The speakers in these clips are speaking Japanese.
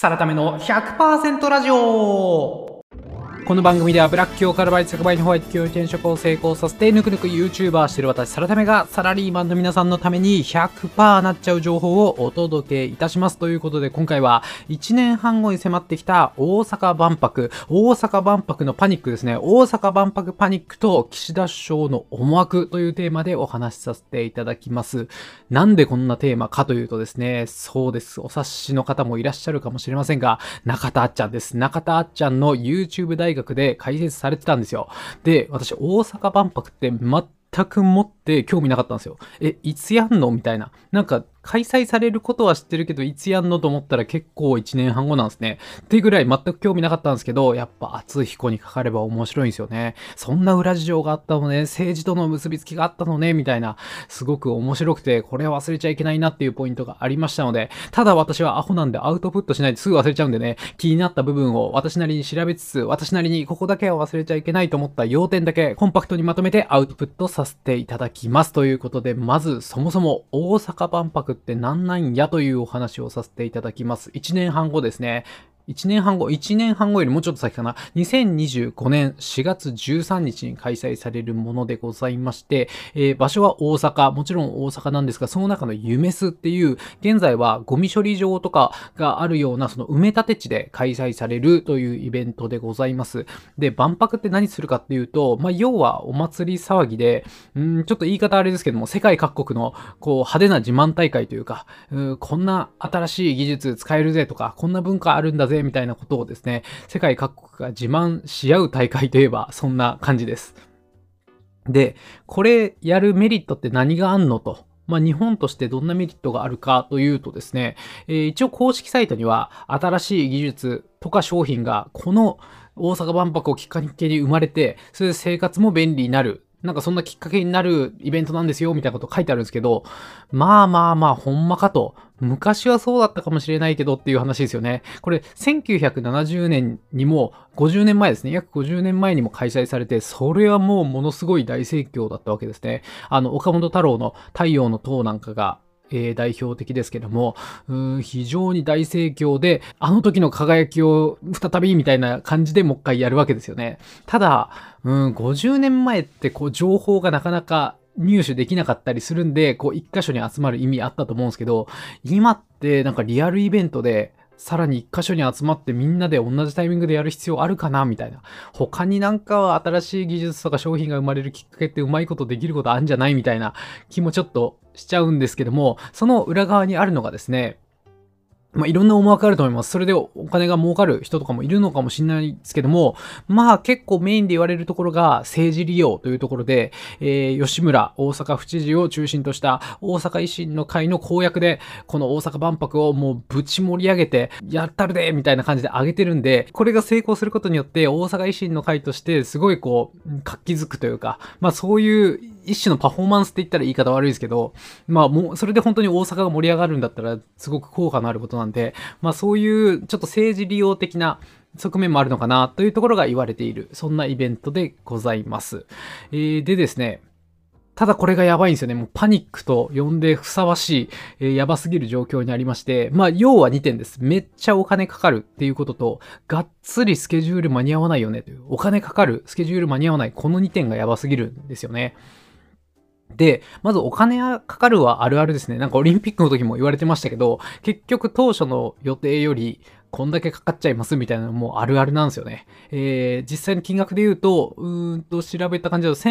サラタメの 100% ラジオ。この番組ではブラック企業から倍100倍のホワイト企業転職を成功させてぬくぬく YouTuber している私サラタメがサラリーマンの皆さんのために 100% なっちゃう情報をお届けいたしますということで、今回は1年半後に迫ってきた大阪万博のパニックですね。大阪万博パニックと岸田首相の思惑というテーマでお話しさせていただきます。なんでこんなテーマかというとですね、そうです。お察しの方もいらっしゃるかもしれませんが、中田あっちゃんです。中田あっちゃんの YouTube 大学で解説されてたんですよ。で、私大阪万博って全くもって興味なかったんですよ。いつやんのみたいな。なんか開催されることは知ってるけど、いつやんのと思ったら結構1年半後なんですね。っていうぐらい全く興味なかったんですけど、やっぱ熱い彦にかかれば面白いんですよね。そんな裏事情があったのね、政治との結びつきがあったのね、みたいな、すごく面白くて、これは忘れちゃいけないなっていうポイントがありましたので、ただ私はアホなんでアウトプットしないですぐ忘れちゃうんでね、気になった部分を私なりに調べつつ、私なりにここだけは忘れちゃいけないと思った要点だけコンパクトにまとめてアウトプットさせていただきます。ということで、まずそもそも大阪万博って何なんやというお話をさせていただきます。1年半後ですね。1年半後よりもうちょっと先かな。2025年4月13日に開催されるものでございまして、場所は大阪、もちろん大阪なんですが、その中の夢洲っていう、現在はゴミ処理場とかがあるような、その埋め立て地で開催されるというイベントでございます。で、万博って何するかっていうと、要はお祭り騒ぎで、ちょっと言い方あれですけども、世界各国の派手な自慢大会というか、こんな新しい技術使えるぜとか、こんな文化あるんだぜみたいなことをですね、世界各国が自慢し合う大会といえばそんな感じです。で、これやるメリットって何があんのと。日本としてどんなメリットがあるかというとですね、一応公式サイトには新しい技術とか商品がこの大阪万博をきっかけに生まれて、それで生活も便利になる。なんかそんなきっかけになるイベントなんですよ、みたいなこと書いてあるんですけど、ほんまかと。昔はそうだったかもしれないけどっていう話ですよね。これ、1970年にも、50年前ですね。約50年前にも開催されて、それはもうものすごい大盛況だったわけですね。岡本太郎の太陽の塔なんかが、代表的ですけども、非常に大盛況で、あの時の輝きを再びみたいな感じでもう一回やるわけですよね。ただ、50年前って情報がなかなか入手できなかったりするんで、一箇所に集まる意味あったと思うんですけど、今ってなんかリアルイベントで、さらに一箇所に集まってみんなで同じタイミングでやる必要あるかなみたいな。他になんか新しい技術とか商品が生まれるきっかけってうまいことできることあるんじゃないみたいな気もちょっとしちゃうんですけども、その裏側にあるのがですね、いろんな思惑あると思います。それでお金が儲かる人とかもいるのかもしれないですけども、結構メインで言われるところが政治利用というところで、吉村大阪府知事を中心とした大阪維新の会の公約で、この大阪万博をもうぶち盛り上げて、やったるでみたいな感じで上げてるんで、これが成功することによって大阪維新の会としてすごい活気づくというか、そういう一種のパフォーマンスって言ったら言い方悪いですけど、もうそれで本当に大阪が盛り上がるんだったらすごく効果のあることなんで、そういうちょっと政治利用的な側面もあるのかなというところが言われている、そんなイベントでございます。でですね、ただこれがやばいんですよね。もうパニックと呼んでふさわしい、やばすぎる状況にありまして、要は2点です。めっちゃお金かかるっていうことと、がっつりスケジュール間に合わないよねという、お金かかる、スケジュール間に合わない、この2点がやばすぎるんですよね。で、まずお金かかるはあるあるですね。なんかオリンピックの時も言われてましたけど、結局当初の予定よりこんだけかかっちゃいますみたいなのもあるあるなんですよね。実際の金額で言うと、調べた感じだと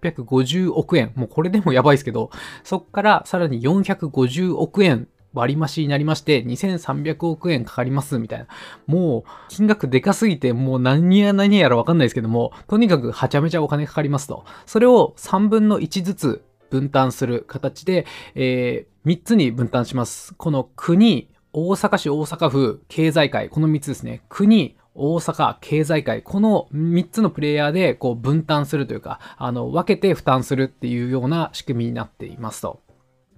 1850億円。もうこれでもやばいですけど、そっからさらに450億円割増しになりまして、2300億円かかりますみたいな。もう、金額でかすぎて、もう何やらわかんないですけども、とにかくはちゃめちゃお金かかりますと。それを3分の1ずつ分担する形で、3つに分担します。この国、大阪市、大阪府、経済界、この3つですね。国、大阪、経済界、この3つのプレイヤーで分担するというか、分けて負担するっていうような仕組みになっていますと。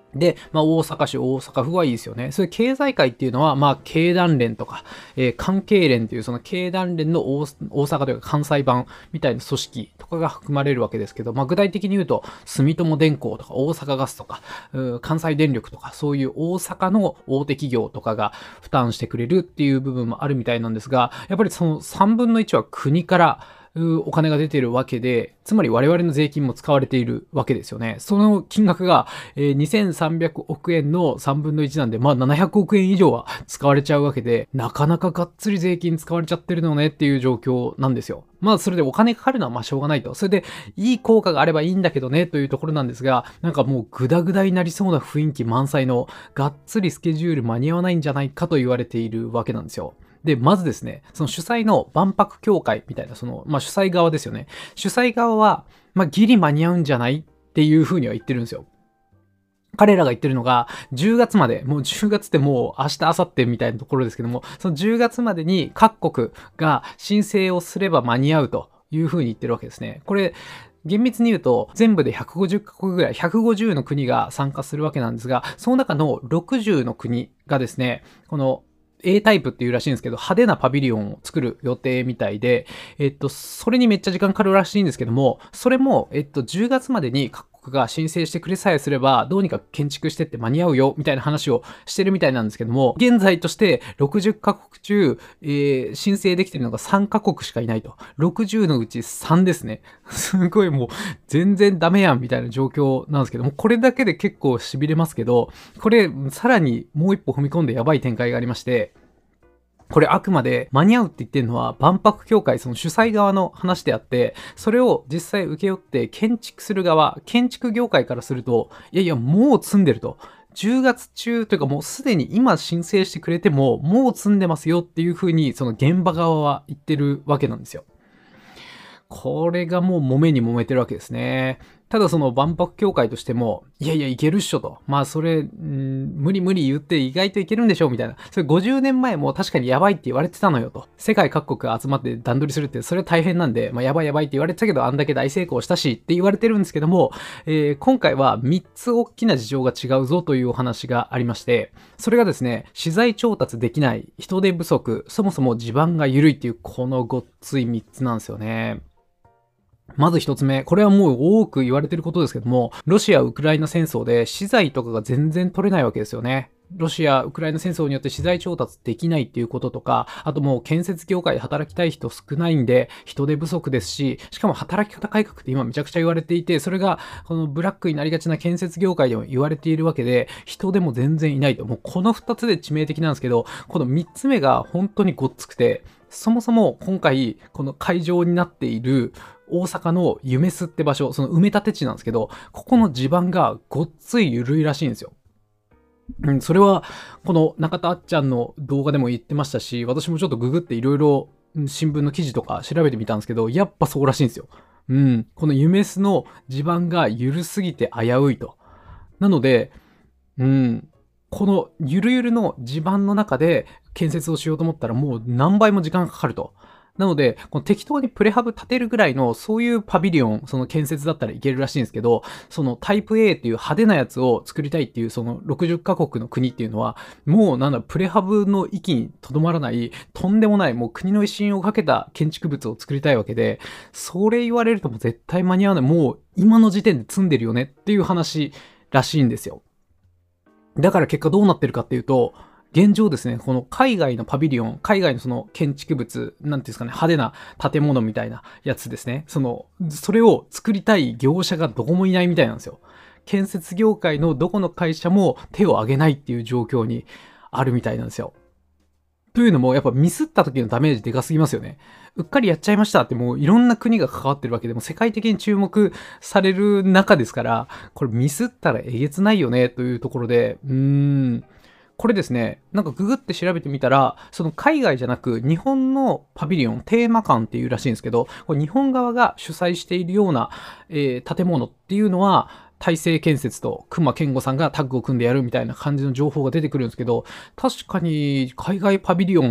で、大阪市、大阪府はいいですよね。そういう経済界っていうのは、経団連とか、関係連というその経団連の大阪というか関西版みたいな組織とかが含まれるわけですけど、具体的に言うと、住友電工とか大阪ガスとか、関西電力とか、そういう大阪の大手企業とかが負担してくれるっていう部分もあるみたいなんですが、やっぱりその3分の1は国からお金が出ているわけで、つまり我々の税金も使われているわけですよね。その金額が、2300億円の3分の1なんで、700億円以上は使われちゃうわけで、なかなかがっつり税金使われちゃってるのねっていう状況なんですよ。それでお金かかるのはしょうがないと。それで、いい効果があればいいんだけどねというところなんですが、なんかもうグダグダになりそうな雰囲気満載の、がっつりスケジュール間に合わないんじゃないかと言われているわけなんですよ。で、まずですね、その主催の万博協会みたいな、主催側ですよね。主催側は、ギリ間に合うんじゃないっていうふうには言ってるんですよ。彼らが言ってるのが、10月まで、もう10月ってもう明日、明後日みたいなところですけども、その10月までに各国が申請をすれば間に合うというふうに言ってるわけですね。これ、厳密に言うと、全部で150カ国ぐらい、150の国が参加するわけなんですが、その中の60の国がですね、このA タイプっていうらしいんですけど、派手なパビリオンを作る予定みたいで、それにめっちゃ時間かかるらしいんですけども、それも、10月までに各国が申請してくれさえすれば、どうにか建築してって間に合うよ、みたいな話をしてるみたいなんですけども、現在として60カ国中、申請できてるのが3カ国しかいないと。60のうち3ですね。すごいもう、全然ダメやん、みたいな状況なんですけども、これだけで結構痺れますけど、これ、さらにもう一歩踏み込んでやばい展開がありまして、これあくまで間に合うって言ってるのは万博協会その主催側の話であって、それを実際請け負って建築する側、建築業界からすると、いやいやもう積んでると。10月中というかもうすでに今申請してくれてももう積んでますよっていうふうにその現場側は言ってるわけなんですよ。これがもう揉めに揉めてるわけですね。ただその万博協会としても、いやいやいけるっしょと。それ、無理無理言って意外といけるんでしょみたいな。それ50年前も確かにやばいって言われてたのよと。世界各国が集まって段取りするって、それは大変なんで、やばいやばいって言われてたけど、あんだけ大成功したしって言われてるんですけども、今回は3つ大きな事情が違うぞというお話がありまして、それがですね、資材調達できない、人手不足、そもそも地盤が緩いっていう、このごっつい3つなんですよね。まず一つ目、これはもう多く言われてることですけども、ロシア・ウクライナ戦争で資材とかが全然取れないわけですよね。ロシア・ウクライナ戦争によって資材調達できないっていうこととか、あともう建設業界で働きたい人少ないんで人手不足ですし、しかも働き方改革って今めちゃくちゃ言われていて、それがこのブラックになりがちな建設業界でも言われているわけで、人手も全然いないと。もうこの2つで致命的なんですけど、この3つ目が本当にごっつくて、そもそも今回この会場になっている大阪の夢洲って場所、その埋め立て地なんですけど、ここの地盤がごっつい緩いらしいんですよ。それは、この中田あっちゃんの動画でも言ってましたし、私もちょっとググっていろいろ新聞の記事とか調べてみたんですけど、やっぱそうらしいんですよ。この夢洲の地盤が緩すぎて危ういと。なので、このゆるゆるの地盤の中で建設をしようと思ったらもう何倍も時間がかかると。なので、この適当にプレハブ建てるぐらいの、そういうパビリオン、その建設だったらいけるらしいんですけど、そのタイプ A っていう派手なやつを作りたいっていう、その60カ国の国っていうのは、もうプレハブの域にとどまらない、とんでもない、もう国の威信をかけた建築物を作りたいわけで、それ言われるともう絶対間に合わない。もう今の時点で積んでるよねっていう話らしいんですよ。だから結果どうなってるかっていうと、現状ですね、この海外のパビリオン、海外のその建築物、なんていうんですかね、派手な建物みたいなやつですね。それを作りたい業者がどこもいないみたいなんですよ。建設業界のどこの会社も手を挙げないっていう状況にあるみたいなんですよ。というのも、やっぱミスった時のダメージでかすぎますよね。うっかりやっちゃいましたってもういろんな国が関わってるわけでも世界的に注目される中ですから、これミスったらえげつないよねというところで、これですね、なんかググって調べてみたら、その海外じゃなく日本のパビリオン、テーマ館っていうらしいんですけど、これ日本側が主催しているような、建物っていうのは、大成建設と隈研吾さんがタッグを組んでやるみたいな感じの情報が出てくるんですけど、確かに海外パビリオン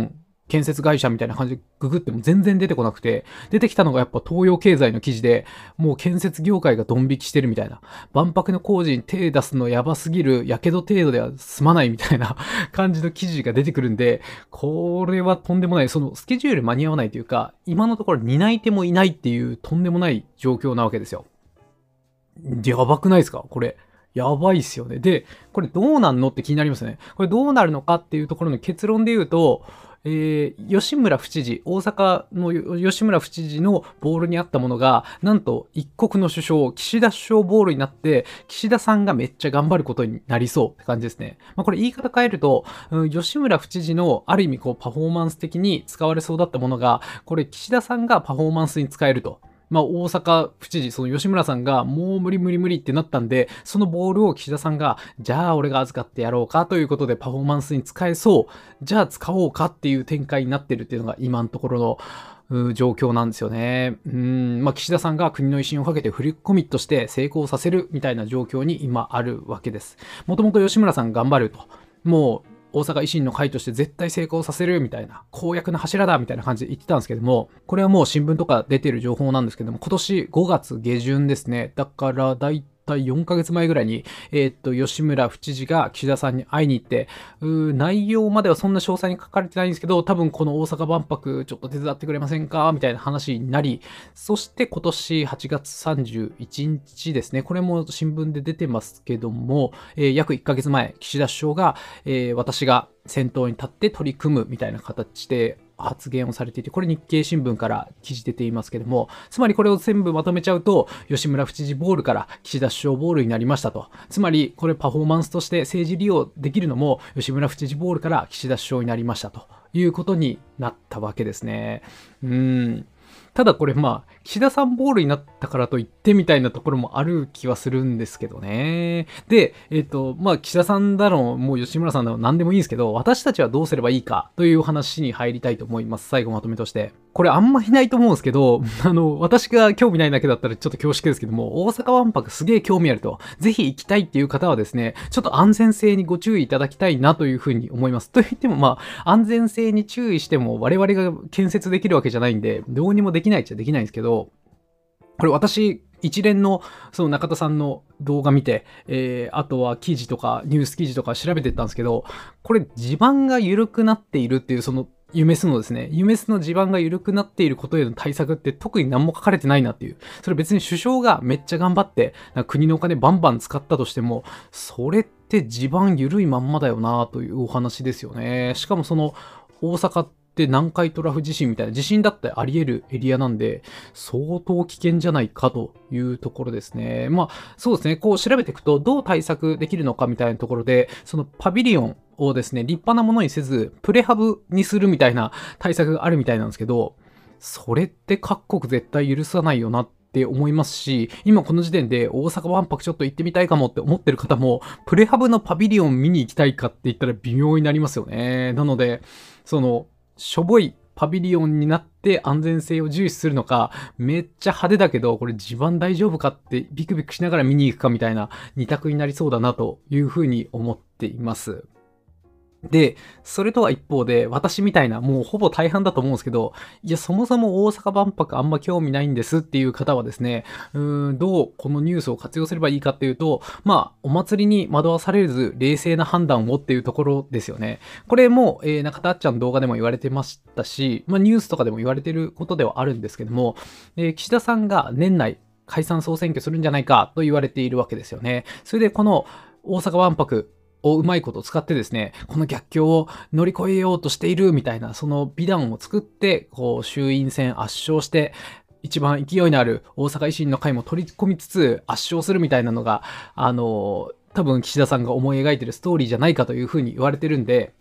建設会社みたいな感じでググっても全然出てこなくて、出てきたのがやっぱ東洋経済の記事で、もう建設業界がドン引きしてるみたいな。万博の工事に手出すのやばすぎる、やけど程度では済まないみたいな感じの記事が出てくるんで、これはとんでもない、そのスケジュール間に合わないというか、今のところ担い手もいないっていうとんでもない状況なわけですよ。やばくないですかこれ。やばいっすよね。で、これどうなんのって気になりますね。これどうなるのかっていうところの結論で言うと、吉村府知事、大阪の吉村府知事のボールにあったものが、なんと一国の首相、岸田首相ボールになって、岸田さんがめっちゃ頑張ることになりそうって感じですね。まあ、これ言い方変えると、吉村府知事のある意味こうパフォーマンス的に使われそうだったものが、これ岸田さんがパフォーマンスに使えると。まあ、大阪府知事、その吉村さんがもう無理無理無理ってなったんで、そのボールを岸田さんが、じゃあ俺が預かってやろうかということでパフォーマンスに使えそう。じゃあ使おうかっていう展開になってるっていうのが今のところの状況なんですよね。まあ、岸田さんが国の威信をかけてフルコミットして成功させるみたいな状況に今あるわけです。もともと吉村さん頑張ると。もう、大阪維新の会として絶対成功させるみたいな公約の柱だみたいな感じで言ってたんですけども、これはもう新聞とか出てる情報なんですけども、今年5月下旬ですね。だからだいたい4ヶ月前ぐらいに、吉村府知事が岸田さんに会いに行って、内容まではそんな詳細に書かれてないんですけど、多分この大阪万博ちょっと手伝ってくれませんかみたいな話になり、そして今年8月31日ですね。これも新聞で出てますけども、約1ヶ月前、岸田首相が、私が先頭に立って取り組むみたいな形で発言をされていて、これ日経新聞から記事出ていますけども、つまりこれを全部まとめちゃうと、吉村府知事ボールから岸田首相ボールになりましたと。つまりこれパフォーマンスとして政治利用できるのも、吉村府知事ボールから岸田首相になりましたということになったわけですね。ただこれ岸田さんボールになったからといってみたいなところもある気はするんですけどね。で、岸田さんだろう、もう吉村さんだろう、何でもいいんですけど、私たちはどうすればいいかという話に入りたいと思います。最後まとめとして。これあんまいないと思うんですけど、私が興味ないだけだったらちょっと恐縮ですけども、大阪万博すげえ興味あると、ぜひ行きたいっていう方はですね、ちょっと安全性にご注意いただきたいなというふうに思います。と言っても安全性に注意しても我々が建設できるわけじゃないんで、どうにもできないっちゃできないんですけど、これ私、一連のその中田さんの動画見て、あとは記事とかニュース記事とか調べていったんですけど、これ地盤が緩くなっているっていうそのユメスのですね、ユメスの地盤が緩くなっていることへの対策って特に何も書かれてないなっていう。それ別に首相がめっちゃ頑張って、国のお金バンバン使ったとしても、それって地盤緩いまんまだよなというお話ですよね。しかもその大阪って南海トラフ地震みたいな地震だってあり得るエリアなんで、相当危険じゃないかというところですね。そうですね、こう調べていくとどう対策できるのかみたいなところで、そのパビリオンをですね、立派なものにせず、プレハブにするみたいな対策があるみたいなんですけど、それって各国絶対許さないよなって思いますし、今この時点で大阪万博ちょっと行ってみたいかもって思ってる方も、プレハブのパビリオン見に行きたいかって言ったら微妙になりますよね。なので、その、しょぼいパビリオンになって安全性を重視するのか、めっちゃ派手だけど、これ地盤大丈夫かってビクビクしながら見に行くかみたいな二択になりそうだなというふうに思っています。で、それとは一方で、私みたいな、もうほぼ大半だと思うんですけど、いや、そもそも大阪万博あんま興味ないんですっていう方はですね、どうこのニュースを活用すればいいかっていうと、お祭りに惑わされず、冷静な判断をっていうところですよね。これも、中田あっちゃんの動画でも言われてましたし、ニュースとかでも言われてることではあるんですけども、岸田さんが年内、解散総選挙するんじゃないかと言われているわけですよね。それでこの大阪万博、をうまいこと使ってですね、この逆境を乗り越えようとしているみたいな、その美談を作って、衆院選圧勝して、一番勢いのある大阪維新の会も取り込みつつ圧勝するみたいなのが、多分岸田さんが思い描いてるストーリーじゃないかというふうに言われてるんで、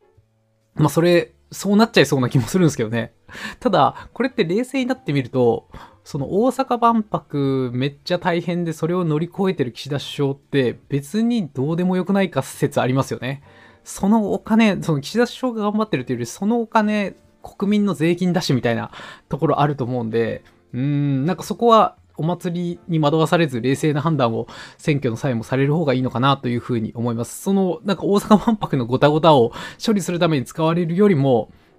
そうなっちゃいそうな気もするんですけどね。ただ、これって冷静になってみると、その大阪万博めっちゃ大変でそれを乗り越えてる岸田首相って別にどうでもよくないか説ありますよね。そのお金、その岸田首相が頑張ってるというより、そのお金国民の税金だしみたいなところあると思うんで、なんかそこはお祭りに惑わされず冷静な判断を選挙の際もされる方がいいのかなというふうに思います。なんか大阪万博のごたごたを処理するために使われるよりも、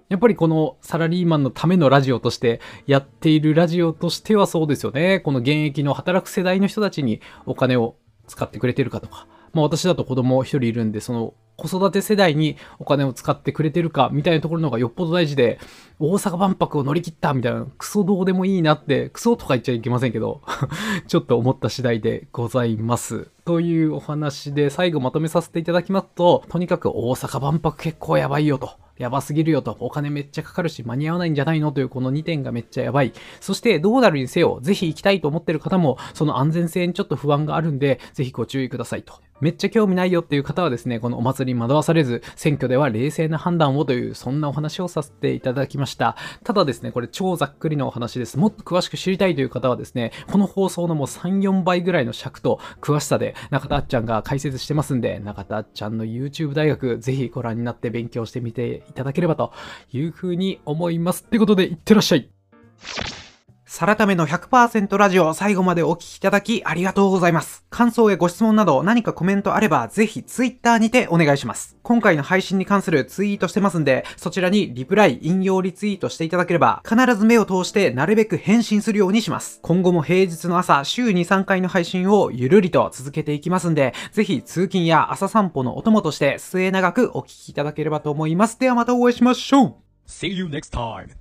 やっぱりこのサラリーマンのためのラジオとしてやっているラジオとしてはそうですよね。この現役の働く世代の人たちにお金を使ってくれてるかとか。私だと子供一人いるんで、その子育て世代にお金を使ってくれてるかみたいなところの方がよっぽど大事で、大阪万博を乗り切ったみたいな、クソどうでもいいなって、クソとか言っちゃいけませんけど、ちょっと思った次第でございます。というお話で最後まとめさせていただきますと、とにかく大阪万博結構やばいよと。やばすぎるよと、お金めっちゃかかるし間に合わないんじゃないのというこの2点がめっちゃやばい。そしてどうなるにせよ、ぜひ行きたいと思ってる方も、その安全性にちょっと不安があるんで、ぜひご注意くださいと。めっちゃ興味ないよっていう方はですね、このお祭りに惑わされず、選挙では冷静な判断をという、そんなお話をさせていただきました。ただですね、これ超ざっくりなお話です。もっと詳しく知りたいという方はですね、この放送のもう3、4倍ぐらいの尺と詳しさで中田あっちゃんが解説してますんで、中田あっちゃんの YouTube 大学、ぜひご覧になって勉強してみていただければというふうに思います。ってことで、いってらっしゃい。サラタメの 100% ラジオ最後までお聞きいただきありがとうございます。感想やご質問など何かコメントあればぜひ Twitter にてお願いします。今回の配信に関するツイートしてますんで、そちらにリプライ、引用リツイートしていただければ必ず目を通してなるべく返信するようにします。今後も平日の朝週2、3回の配信をゆるりと続けていきますんで、ぜひ通勤や朝散歩のお供として末永くお聞きいただければと思います。ではまたお会いしましょう。 See you next time.